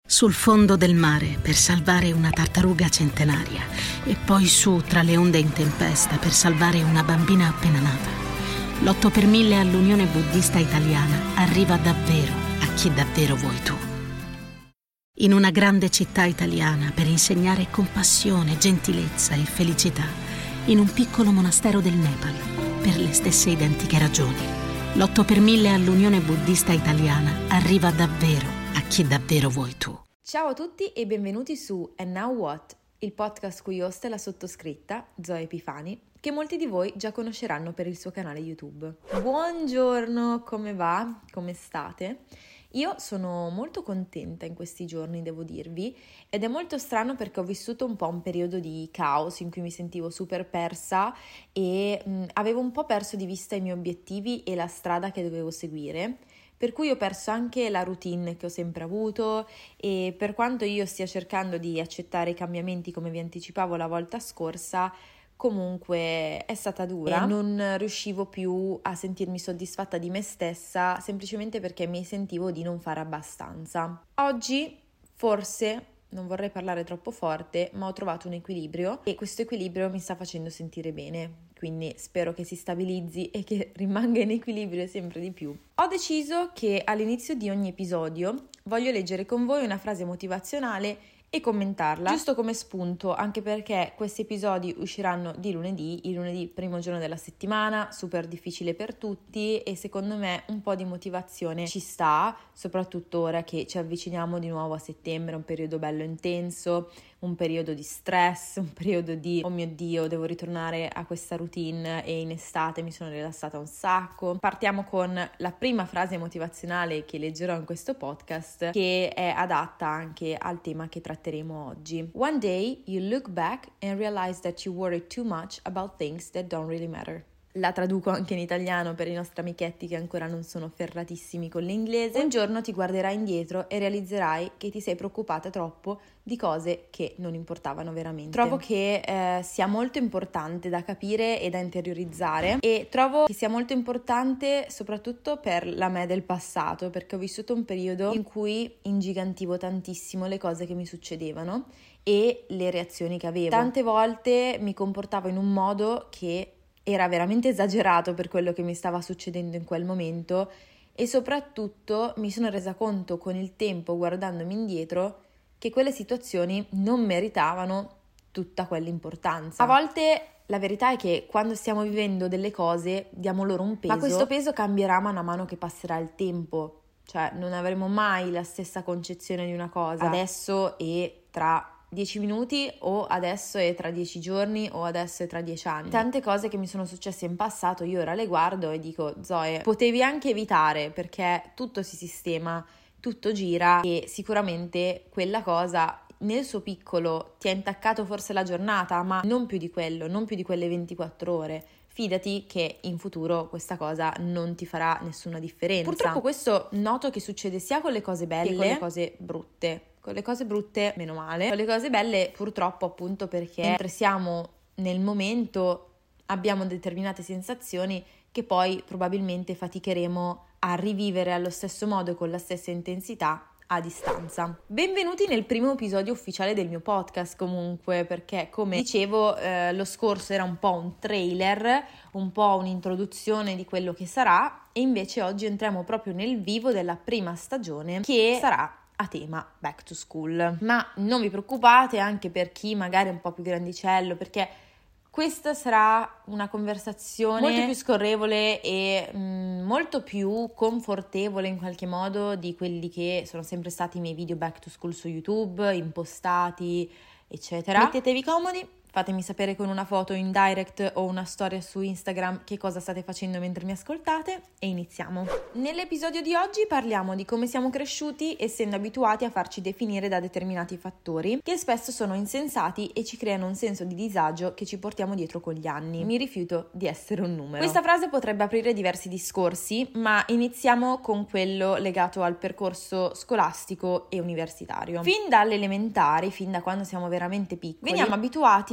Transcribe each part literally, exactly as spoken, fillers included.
Sul fondo del mare per salvare una tartaruga centenaria e poi su tra le onde in tempesta per salvare una bambina appena nata. L'otto per mille all'Unione Buddista Italiana arriva davvero a chi davvero vuoi tu. In una grande città italiana per insegnare compassione, gentilezza e felicità, in un piccolo monastero del Nepal per le stesse identiche ragioni. L'otto per mille all'Unione Buddista Italiana arriva davvero a chi davvero vuoi tu. Ciao a tutti e benvenuti su And Now What, il podcast cui host è la sottoscritta, Zoe Epifani, che molti di voi già conosceranno per il suo canale YouTube. Buongiorno, come va? Come state? Io sono molto contenta in questi giorni, devo dirvi, ed è molto strano perché ho vissuto un po' un periodo di caos in cui mi sentivo super persa e mh, avevo un po' perso di vista i miei obiettivi e la strada che dovevo seguire. Per cui ho perso anche la routine che ho sempre avuto e per quanto io stia cercando di accettare i cambiamenti come vi anticipavo la volta scorsa, comunque è stata dura e non riuscivo più a sentirmi soddisfatta di me stessa semplicemente perché mi sentivo di non fare abbastanza. Oggi forse non vorrei parlare troppo forte, ma ho trovato un equilibrio e questo equilibrio mi sta facendo sentire bene. Quindi spero che si stabilizzi e che rimanga in equilibrio sempre di più. Ho deciso che all'inizio di ogni episodio voglio leggere con voi una frase motivazionale e commentarla, giusto come spunto, anche perché questi episodi usciranno di lunedì, il lunedì primo giorno della settimana, super difficile per tutti e secondo me un po' di motivazione ci sta, soprattutto ora che ci avviciniamo di nuovo a settembre, un periodo bello intenso, un periodo di stress, un periodo di oh mio Dio, devo ritornare a questa routine e in estate mi sono rilassata un sacco. Partiamo con la prima frase motivazionale che leggerò in questo podcast, che è adatta anche al tema che tratteremo oggi. One day you look back and realize that you worried too much about things that don't really matter. La traduco anche in italiano per i nostri amichetti che ancora non sono ferratissimi con l'inglese. Un giorno ti guarderai indietro e realizzerai che ti sei preoccupata troppo di cose che non importavano veramente. Trovo che eh, sia molto importante da capire e da interiorizzare e trovo che sia molto importante soprattutto per la me del passato, perché ho vissuto un periodo in cui ingigantivo tantissimo le cose che mi succedevano e le reazioni che avevo. Tante volte mi comportavo in un modo che era veramente esagerato per quello che mi stava succedendo in quel momento e soprattutto mi sono resa conto con il tempo, guardandomi indietro, che quelle situazioni non meritavano tutta quell'importanza. A volte la verità è che quando stiamo vivendo delle cose diamo loro un peso, ma questo peso cambierà mano a mano che passerà il tempo, cioè non avremo mai la stessa concezione di una cosa adesso e tra dieci minuti o adesso e tra dieci giorni o adesso e tra dieci anni. Tante cose che mi sono successe in passato io ora le guardo e dico Zoe, potevi anche evitare perché tutto si sistema, tutto gira e sicuramente quella cosa nel suo piccolo ti ha intaccato forse la giornata, ma non più di quello, non più di quelle ventiquattro ore. Fidati che in futuro questa cosa non ti farà nessuna differenza. Purtroppo questo noto che succede sia con le cose belle che con le cose brutte. Con le cose brutte meno male, con le cose belle purtroppo appunto perché mentre siamo nel momento abbiamo determinate sensazioni che poi probabilmente faticheremo a rivivere allo stesso modo e con la stessa intensità a distanza. Benvenuti nel primo episodio ufficiale del mio podcast comunque, perché come dicevo eh, lo scorso era un po' un trailer, un po' un'introduzione di quello che sarà e invece oggi entriamo proprio nel vivo della prima stagione che sarà a tema back to school. Ma non vi preoccupate, anche per chi magari è un po' più grandicello, perché questa sarà una conversazione molto più scorrevole e mh, molto più confortevole in qualche modo di quelli che sono sempre stati i miei video back to school su YouTube, impostati, eccetera. Mettetevi comodi, fatemi sapere con una foto in direct o una storia su Instagram che cosa state facendo mentre mi ascoltate e iniziamo. Nell'episodio di oggi parliamo di come siamo cresciuti essendo abituati a farci definire da determinati fattori che spesso sono insensati e ci creano un senso di disagio che ci portiamo dietro con gli anni. Mi rifiuto di essere un numero. Questa frase potrebbe aprire diversi discorsi, ma iniziamo con quello legato al percorso scolastico e universitario. Fin dalle elementari, fin da quando siamo veramente piccoli, veniamo abituati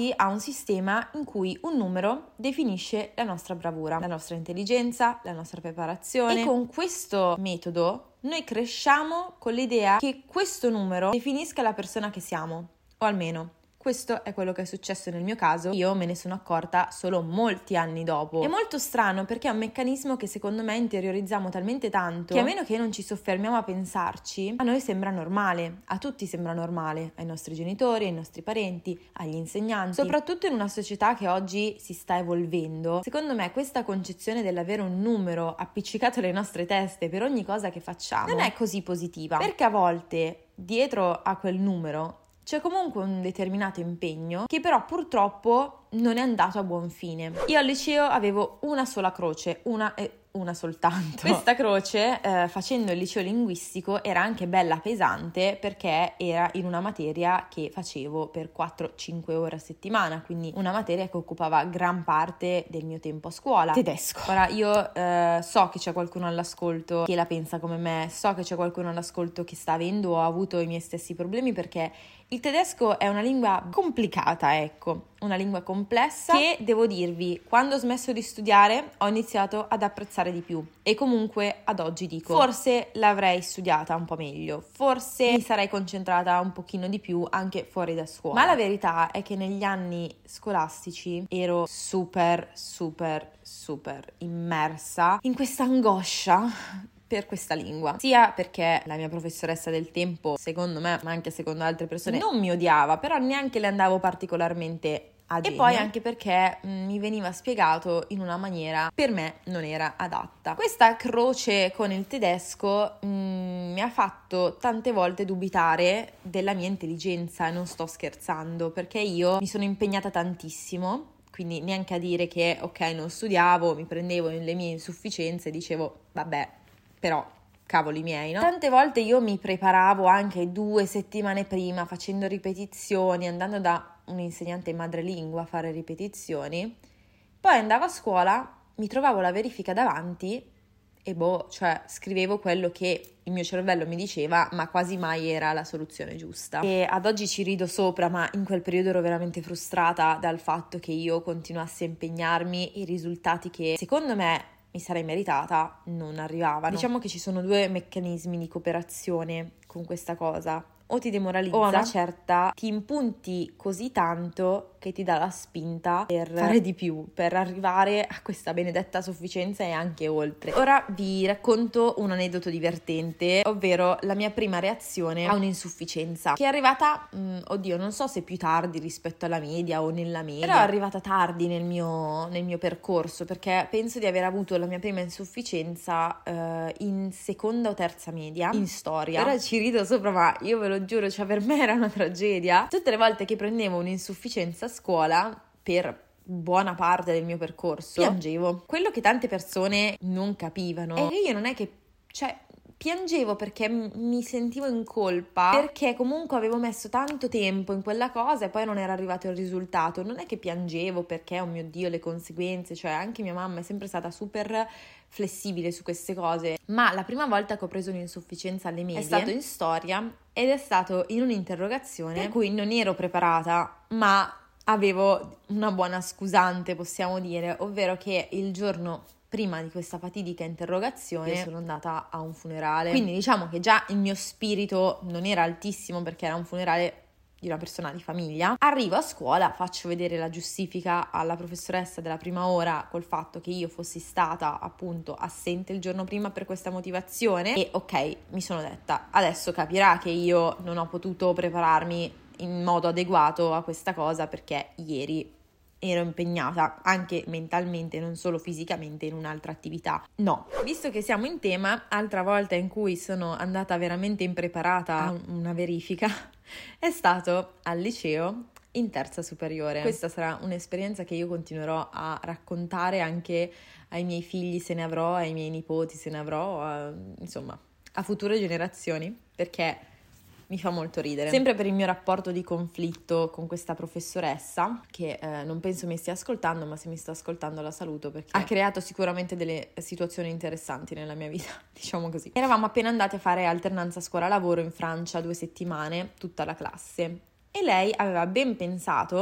abituati a un sistema in cui un numero definisce la nostra bravura, la nostra intelligenza, la nostra preparazione, e con questo metodo noi cresciamo con l'idea che questo numero definisca la persona che siamo, o almeno questo è quello che è successo nel mio caso. Io me ne sono accorta solo molti anni dopo. È molto strano perché è un meccanismo che secondo me interiorizziamo talmente tanto che a meno che non ci soffermiamo a pensarci, a noi sembra normale, a tutti sembra normale, ai nostri genitori, ai nostri parenti, agli insegnanti. Soprattutto in una società che oggi si sta evolvendo, secondo me questa concezione dell'avere un numero appiccicato alle nostre teste per ogni cosa che facciamo non è così positiva, perché a volte dietro a quel numero c'è comunque un determinato impegno che però purtroppo non è andato a buon fine. Io al liceo avevo una sola croce, una e una soltanto. Questa croce, eh, facendo il liceo linguistico, era anche bella pesante perché era in una materia che facevo per quattro cinque ore a settimana, quindi una materia che occupava gran parte del mio tempo a scuola. Tedesco. Ora io eh, so che c'è qualcuno all'ascolto che la pensa come me, so che c'è qualcuno all'ascolto che sta avendo o ha avuto i miei stessi problemi, perché il tedesco è una lingua complicata, ecco, una lingua complessa che, devo dirvi, quando ho smesso di studiare ho iniziato ad apprezzare di più, e comunque ad oggi dico forse l'avrei studiata un po' meglio, forse mi sarei concentrata un pochino di più anche fuori da scuola. Ma la verità è che negli anni scolastici ero super super super immersa in questa angoscia per questa lingua, sia perché la mia professoressa del tempo, secondo me, ma anche secondo altre persone, non mi odiava, però neanche le andavo particolarmente a genio, e poi anche perché mh, mi veniva spiegato in una maniera per me non era adatta. Questa croce con il tedesco mh, mi ha fatto tante volte dubitare della mia intelligenza, e non sto scherzando, perché io mi sono impegnata tantissimo. Quindi neanche a dire che ok, non studiavo, mi prendevo le mie insufficienze e dicevo vabbè, però cavoli miei, no? Tante volte io mi preparavo anche due settimane prima facendo ripetizioni, andando da un insegnante madrelingua a fare ripetizioni, poi andavo a scuola, mi trovavo la verifica davanti e boh, cioè scrivevo quello che il mio cervello mi diceva, ma quasi mai era la soluzione giusta. E ad oggi ci rido sopra, ma in quel periodo ero veramente frustrata dal fatto che io continuassi a impegnarmi, i risultati che secondo me mi sarei meritata non arrivavano. Diciamo che ci sono due meccanismi di cooperazione con questa cosa: o ti demoralizza o a una certa ti impunti così tanto che ti dà la spinta per fare di più, per arrivare a questa benedetta sufficienza e anche oltre. Ora vi racconto un aneddoto divertente, ovvero la mia prima reazione a un'insufficienza, che è arrivata, mh, oddio, non so se più tardi rispetto alla media o nella media, però è arrivata tardi nel mio, nel mio percorso, perché penso di aver avuto la mia prima insufficienza eh, in seconda o terza media, in storia. Ora ci rido sopra, ma io ve lo giuro, cioè per me era una tragedia. Tutte le volte che prendevo un'insufficienza a scuola, per buona parte del mio percorso, piangevo. Quello che tante persone non capivano è che io non è che, cioè, piangevo perché m- mi sentivo in colpa, perché comunque avevo messo tanto tempo in quella cosa e poi non era arrivato il risultato. Non è che piangevo perché, oh mio Dio, le conseguenze, cioè anche mia mamma è sempre stata super flessibile su queste cose, ma la prima volta che ho preso un'insufficienza alle medie è stato in storia ed è stato in un'interrogazione per cui non ero preparata, ma avevo una buona scusante, possiamo dire, ovvero che il giorno prima di questa fatidica interrogazione io sono andata a un funerale, quindi diciamo che già il mio spirito non era altissimo perché era un funerale di una persona di famiglia. Arrivo a scuola, faccio vedere la giustifica alla professoressa della prima ora col fatto che io fossi stata appunto assente il giorno prima per questa motivazione, e ok, mi sono detta adesso capirà che io non ho potuto prepararmi in modo adeguato a questa cosa perché ieri ero impegnata anche mentalmente, non solo fisicamente, in un'altra attività. No, visto che siamo in tema, altra volta in cui sono andata veramente impreparata a una verifica è stato al liceo in terza superiore. Questa sarà un'esperienza che io continuerò a raccontare anche ai miei figli se ne avrò, ai miei nipoti se ne avrò, a, insomma a future generazioni, perché mi fa molto ridere. Sempre per il mio rapporto di conflitto con questa professoressa, che eh, non penso mi stia ascoltando, ma se mi sta ascoltando la saluto perché ha creato sicuramente delle situazioni interessanti nella mia vita, diciamo così. Eravamo appena andati a fare alternanza scuola-lavoro in Francia, due settimane, tutta la classe, e lei aveva ben pensato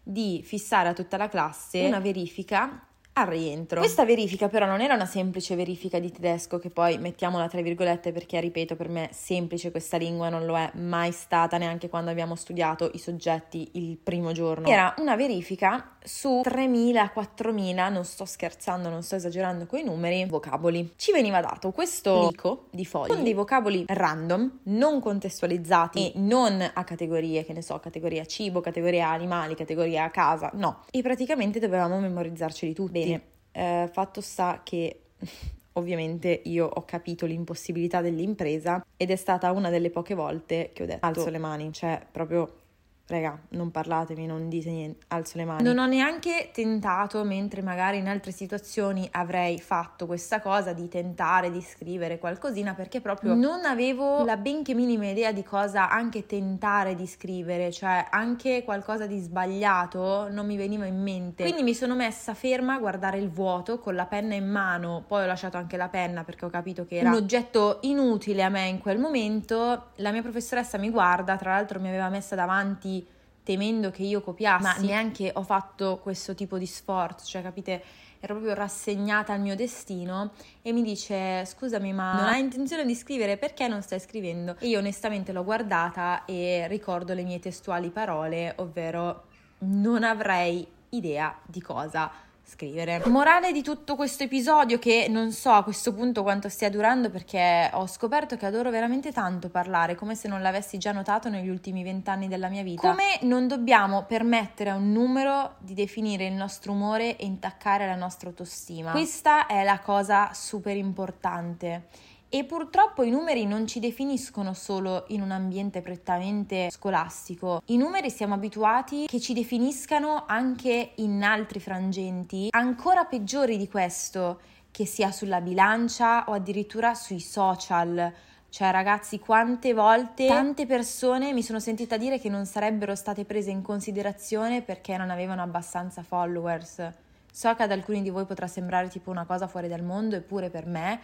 di fissare a tutta la classe una verifica al rientro. Questa verifica però non era una semplice verifica di tedesco, che poi mettiamola tra virgolette perché, ripeto, per me semplice questa lingua non lo è mai stata, neanche quando abbiamo studiato i soggetti il primo giorno. Era una verifica su tremila, quattromila, non sto scherzando, non sto esagerando coi numeri, vocaboli. Ci veniva dato questo plico di fogli con dei vocaboli random, non contestualizzati e non a categorie, che ne so, categoria cibo, categoria animali, categoria casa, no. E praticamente dovevamo memorizzarceli tutti. Bene, eh, fatto sta che ovviamente io ho capito l'impossibilità dell'impresa ed è stata una delle poche volte che ho detto alzo le mani, cioè proprio raga, non parlatemi, non dite niente, alzo le mani. Non ho neanche tentato, mentre magari in altre situazioni avrei fatto questa cosa di tentare di scrivere qualcosina, perché proprio non avevo la benché minima idea di cosa anche tentare di scrivere, cioè anche qualcosa di sbagliato non mi veniva in mente. Quindi mi sono messa ferma a guardare il vuoto con la penna in mano, poi ho lasciato anche la penna perché ho capito che era un oggetto inutile a me in quel momento. La mia professoressa mi guarda, tra l'altro mi aveva messa davanti temendo che io copiassi, ma neanche ho fatto questo tipo di sforzo, cioè capite, ero proprio rassegnata al mio destino e mi dice scusami ma non hai intenzione di scrivere, perché non stai scrivendo? E io onestamente l'ho guardata e ricordo le mie testuali parole, ovvero non avrei idea di cosa scrivere. Morale di tutto questo episodio, che non so a questo punto quanto stia durando, perché ho scoperto che adoro veramente tanto parlare, come se non l'avessi già notato negli ultimi vent'anni della mia vita. Come non dobbiamo permettere a un numero di definire il nostro umore e intaccare la nostra autostima. Questa è la cosa super importante. E purtroppo i numeri non ci definiscono solo in un ambiente prettamente scolastico. I numeri siamo abituati che ci definiscano anche in altri frangenti, ancora peggiori di questo, che sia sulla bilancia o addirittura sui social. Cioè ragazzi, quante volte tante persone mi sono sentita dire che non sarebbero state prese in considerazione perché non avevano abbastanza followers. So che ad alcuni di voi potrà sembrare tipo una cosa fuori dal mondo, eppure per me,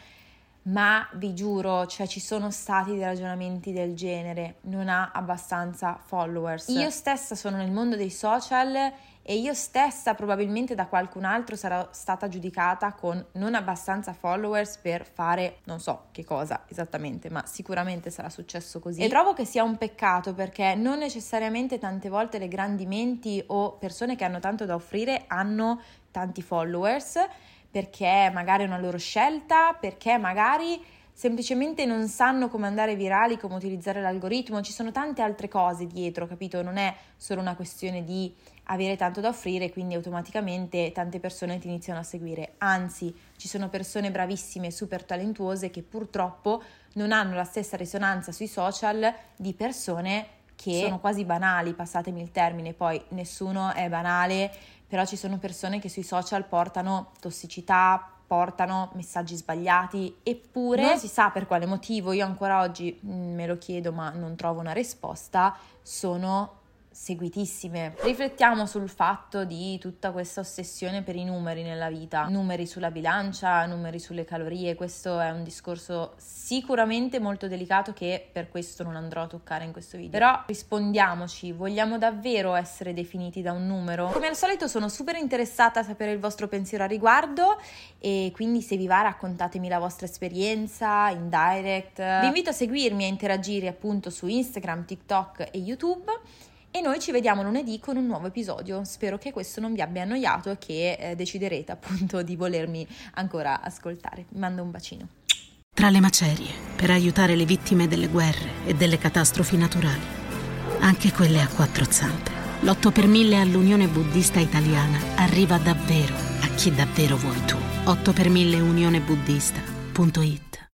ma vi giuro, cioè ci sono stati dei ragionamenti del genere: non ha abbastanza followers. Io stessa sono nel mondo dei social e io stessa probabilmente da qualcun altro sarò stata giudicata con non abbastanza followers per fare non so che cosa esattamente, ma sicuramente sarà successo così. E trovo che sia un peccato, perché non necessariamente tante volte le grandi menti o persone che hanno tanto da offrire hanno tanti followers, perché magari è una loro scelta, perché magari semplicemente non sanno come andare virali, come utilizzare l'algoritmo. Ci sono tante altre cose dietro, capito? Non è solo una questione di avere tanto da offrire, quindi automaticamente tante persone ti iniziano a seguire. Anzi, ci sono persone bravissime, super talentuose, che purtroppo non hanno la stessa risonanza sui social di persone che sono quasi banali, passatemi il termine, poi nessuno è banale, però ci sono persone che sui social portano tossicità, portano messaggi sbagliati, eppure non si sa per quale motivo, io ancora oggi me lo chiedo ma non trovo una risposta, sono seguitissime. Riflettiamo sul fatto di tutta questa ossessione per i numeri nella vita, numeri sulla bilancia, numeri sulle calorie. Questo è un discorso sicuramente molto delicato che per questo non andrò a toccare in questo video, però rispondiamoci: vogliamo davvero essere definiti da un numero? Come al solito sono super interessata a sapere il vostro pensiero a riguardo, e quindi se vi va raccontatemi la vostra esperienza in direct. Vi invito a seguirmi e a interagire appunto su Instagram, TikTok e YouTube. E noi ci vediamo lunedì con un nuovo episodio. Spero che questo non vi abbia annoiato e che eh, deciderete appunto di volermi ancora ascoltare. Vi mando un bacino. Tra le macerie, per aiutare le vittime delle guerre e delle catastrofi naturali, anche quelle a quattro zampe, l'otto per mille all'Unione Buddista Italiana arriva davvero a chi davvero vuoi tu. otto per mille unione buddista punto it